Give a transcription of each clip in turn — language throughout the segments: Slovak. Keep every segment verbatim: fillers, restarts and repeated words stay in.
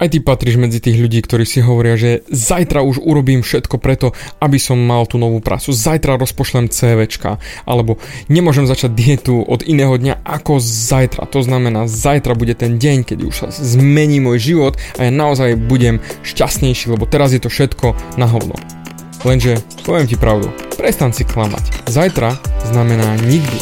Aj ty patríš medzi tých ľudí, ktorí si hovoria, že zajtra už urobím všetko preto, aby som mal tú novú prácu. Zajtra rozpošlem CVčka, alebo nemôžem začať dietu od iného dňa ako zajtra. To znamená, zajtra bude ten deň, keď už sa zmení môj život a ja naozaj budem šťastnejší, lebo teraz je to všetko na hovno. Lenže, poviem ti pravdu, prestan si klamať. Zajtra znamená nikdy.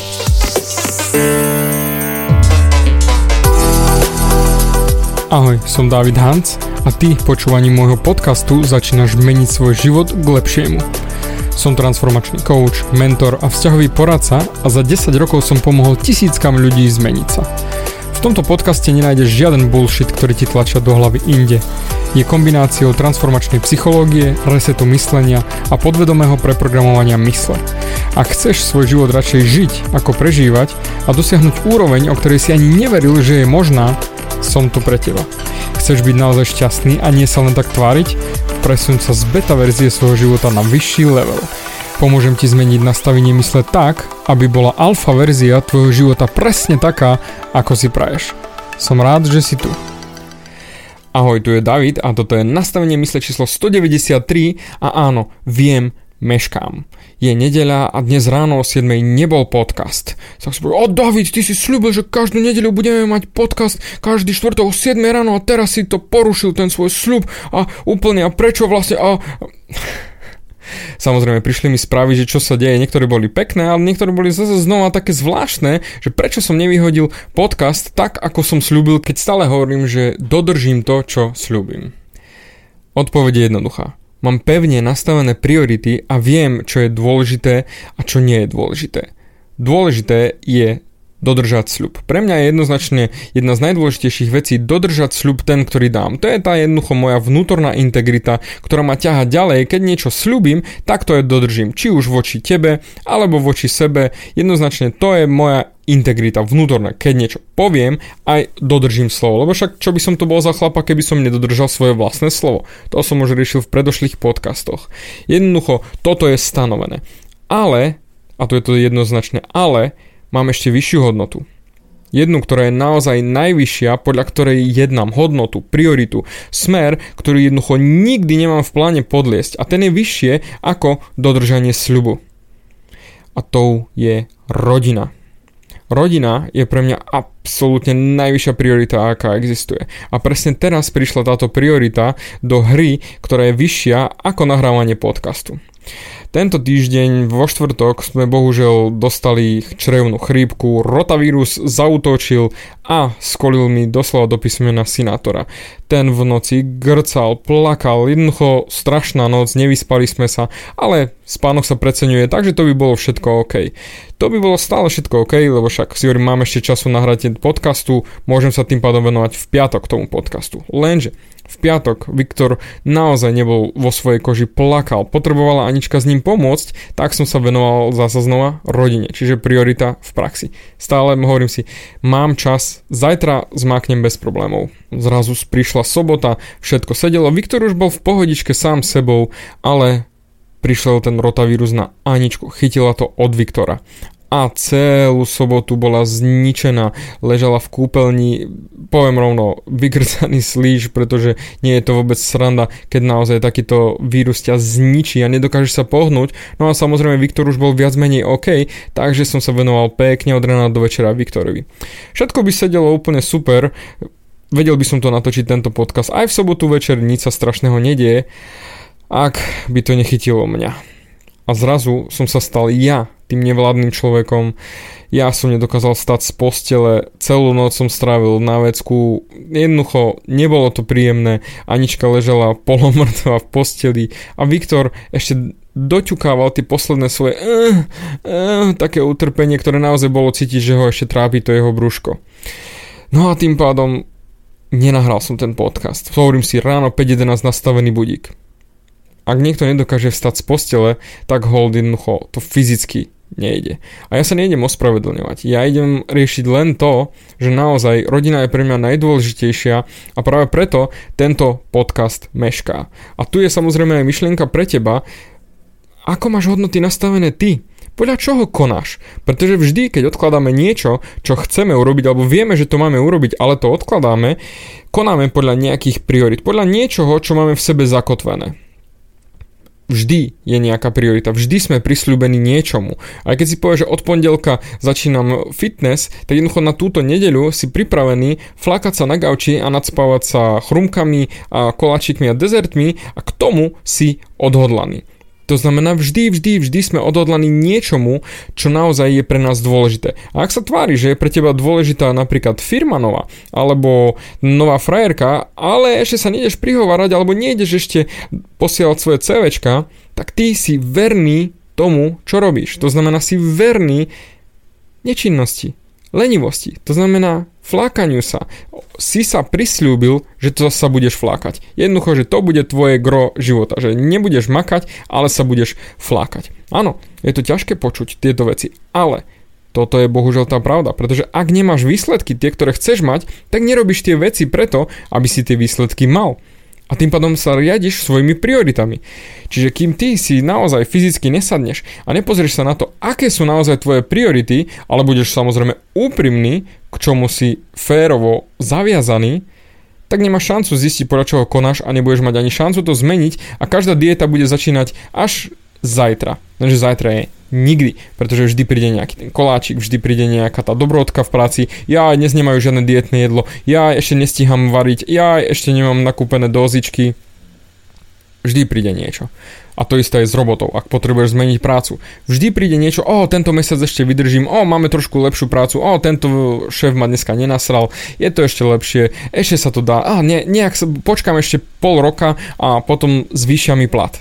Ahoj, som David Hanc a ty počúvaním môjho podcastu začínaš meniť svoj život k lepšiemu. Som transformačný coach, mentor a vzťahový poradca a za desať rokov som pomohol tisíckam ľudí zmeniť sa. V tomto podcaste nenájdeš žiaden bullshit, ktorý ti tlačia do hlavy inde. Je kombináciou transformačnej psychológie, resetu myslenia a podvedomého preprogramovania mysle. Ak chceš svoj život radšej žiť ako prežívať a dosiahnuť úroveň, o ktorej si ani neveril, že je možná, som tu pre teba. Chceš byť naozaj šťastný a nie sa len tak tváriť? Presuň sa z beta verzie svojho života na vyšší level. Pomôžem ti zmeniť nastavenie mysle tak, aby bola alfa verzia tvojho života presne taká, ako si praješ. Som rád, že si tu. Ahoj, tu je David a toto je nastavenie mysle číslo stodeväťdesiattri a áno, viem, meškám. Je nedeľa a dnes ráno o siedmej nebol podcast. Tak si povedal, o David, ty si sľúbil, že každú nedeľu budeme mať podcast každý štvrtok o siedmej ráno a teraz si to porušil ten svoj sľub a úplne a prečo vlastne a... Samozrejme, prišli mi správy, že čo sa deje, niektoré boli pekné, ale niektoré boli zase znova také zvláštne, že prečo som nevyhodil podcast tak, ako som sľúbil, keď stále hovorím, že dodržím to, čo sľúbim. Odpoveď je jednoduchá. Mám pevne nastavené priority a viem, čo je dôležité a čo nie je dôležité. Dôležité je dodržať sľub. Pre mňa je jednoznačne jedna z najdôležitejších vecí dodržať sľub ten, ktorý dám. To je tá jednoducho moja vnútorná integrita, ktorá ma ťaha ďalej. Keď niečo sľubím, tak to je dodržím. Či už voči tebe, alebo voči sebe. Jednoznačne to je moja integrita vnútorná. Keď niečo poviem, aj dodržím slovo. Lebo však čo by som to bol za chlapa, keby som nedodržal svoje vlastné slovo. To som už riešil v predošlých podcastoch. Jednoducho, toto je stanovené. Ale, a to je to jednoznačné ale, mám ešte vyššiu hodnotu. Jednu, ktorá je naozaj najvyššia, podľa ktorej jednám hodnotu, prioritu, smer, ktorý jednoducho nikdy nemám v pláne podliesť. A ten je vyššie ako dodržanie sľubu. A tou je rodina. Rodina je pre mňa absolútne najvyššia priorita, aká existuje. A presne teraz prišla táto priorita do hry, ktorá je vyššia ako nahrávanie podcastu. Tento týždeň vo štvrtok sme bohužiaľ dostali črevnú chrípku, rotavírus zaútočil a skolil mi doslova do písmena sinátora. Ten v noci grcal, plakal, jednoducho strašná noc, nevyspali sme sa, ale spánok sa preceňuje, takže to by bolo všetko OK. To by bolo stále všetko OK, lebo však si hovorím, mám ešte času nahrať podcastu, môžem sa tým pádom venovať v piatok tomu podcastu. Lenže v piatok Viktor naozaj nebol vo svojej koži, plakal, potrebovala Anička s ním pomôcť, tak som sa venoval zasa znova rodine, čiže priorita v praxi. Stále hovorím si, mám čas, zajtra zmáknem bez problémov. Zrazu prišla sobota, všetko sedelo, Viktor už bol v pohodičke sám sebou, ale prišiel ten rotavírus na Aničku, chytila to od Viktora. A celú sobotu bola zničená, ležala v kúpeľni, poviem rovno, vygrcaný slíž, pretože nie je to vôbec sranda, keď naozaj takýto vírus ťa zničí a nedokážeš sa pohnúť. No a samozrejme Viktor už bol viac menej OK, takže som sa venoval pekne od rána do večera Viktorovi. Všetko by sedelo úplne super, vedel by som to natočiť tento podcast aj v sobotu večer, nič sa strašného nedieje, ak by to nechytilo mňa. A zrazu som sa stal ja tým nevládnym človekom. Ja som nedokázal stať z postele, celú noc som strávil na vecku, jednoducho nebolo to príjemné. Anička ležala polomrtvá v posteli a Viktor ešte doťukával tie posledné svoje uh, uh, také utrpenie, ktoré naozaj bolo cítiť, že ho ešte trápi to jeho brúško. No a tým pádom nenahral som ten podcast. Hovorím si, ráno päť jedenásť nastavený budík. Ak niekto nedokáže vstať z postele, tak hold jednoducho to fyzicky nejde. A ja sa nejdem ospravedlňovať. Ja idem riešiť len to, že naozaj rodina je pre mňa najdôležitejšia a práve preto tento podcast mešká. A tu je samozrejme aj myšlienka pre teba, ako máš hodnoty nastavené ty. Podľa čoho konáš? Pretože vždy, keď odkladáme niečo, čo chceme urobiť, alebo vieme, že to máme urobiť, ale to odkladáme, konáme podľa nejakých priorit, podľa niečoho, čo máme v sebe zakotvené. Vždy je nejaká priorita, vždy sme prisľúbení niečomu. A keď si povieš, že od pondelka začínam fitness, tak jednoducho na túto nedeľu si pripravený flákať sa na gauči a nadspávať sa chrumkami a koláčikmi a dezertmi a k tomu si odhodlaný. To znamená, vždy, vždy, vždy sme odhodlaní niečomu, čo naozaj je pre nás dôležité. A ak sa tvári, že je pre teba dôležitá napríklad firma nová, alebo nová frajerka, ale ešte sa nejdeš prihovárať, alebo nejdeš ešte posielať svoje CVčka, tak ty si verný tomu, čo robíš. To znamená, si verný nečinnosti, lenivosti. To znamená flákaniu sa. Si sa prisľúbil, že to sa budeš flákať. Jednoducho, že to bude tvoje gro života. Že nebudeš makať, ale sa budeš flákať. Áno, je to ťažké počuť tieto veci, ale toto je bohužiaľ tá pravda, pretože ak nemáš výsledky, tie, ktoré chceš mať, tak nerobíš tie veci preto, aby si tie výsledky mal. A tým pádom sa riadiš svojimi prioritami. Čiže kým ty si naozaj fyzicky nesadneš a nepozrieš sa na to, aké sú naozaj tvoje priority, ale budeš samozrejme úprimný, k čomu si férovo zaviazaný, tak nemáš šancu zistiť, podľa čoho konáš a nebudeš mať ani šancu to zmeniť a každá dieta bude začínať až zajtra. Takže zajtra je nikdy, pretože vždy príde nejaký ten koláčik, vždy príde nejaká tá dobrodka v práci, ja dnes nemajú žiadne dietné jedlo, ja ešte nestíham variť, ja ešte nemám nakúpené dozičky. Vždy príde niečo. A to isté je s robotou, ak potrebuješ zmeniť prácu. Vždy príde niečo, o, tento mesiac ešte vydržím, o, máme trošku lepšiu prácu, o, tento šéf ma dneska nenasral, je to ešte lepšie, ešte sa to dá, a ne, nejak sa, počkám ešte pol roka a potom zvýšia mi plat.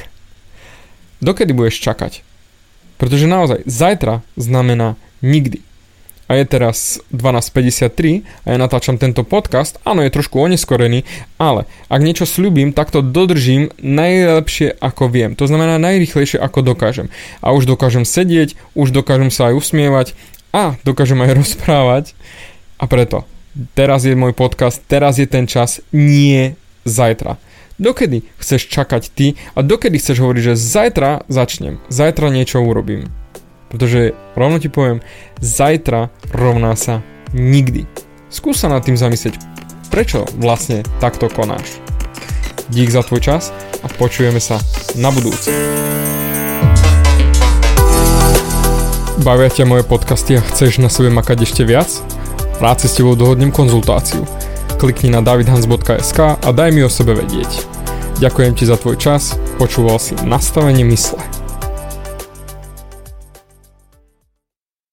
Dokedy budeš čakať? Pretože naozaj, zajtra znamená nikdy. A je teraz dvanásť päťdesiattri a ja natáčam tento podcast, áno, je trošku oneskorený, ale ak niečo sľubím, tak to dodržím najlepšie ako viem. To znamená najrýchlejšie ako dokážem. A už dokážem sedieť, už dokážem sa aj usmievať a dokážem aj rozprávať. A preto, teraz je môj podcast, teraz je ten čas, nie zajtra. Dokedy chceš čakať ty a dokedy chceš hovoriť, že zajtra začnem, zajtra niečo urobím. Pretože rovno ti poviem, zajtra rovná sa nikdy. Skús sa nad tým zamyslieť, prečo vlastne takto konáš. Dík za tvoj čas a počujeme sa na budúce. Bavia ťa moje podcasty a chceš na sebe makať ešte viac? Rád si s tebou dohodnem konzultáciu. Klikni na davidhans bodka es ká a daj mi o sebe vedieť. Ďakujem ti za tvoj čas, počúval si Nastavenie mysle.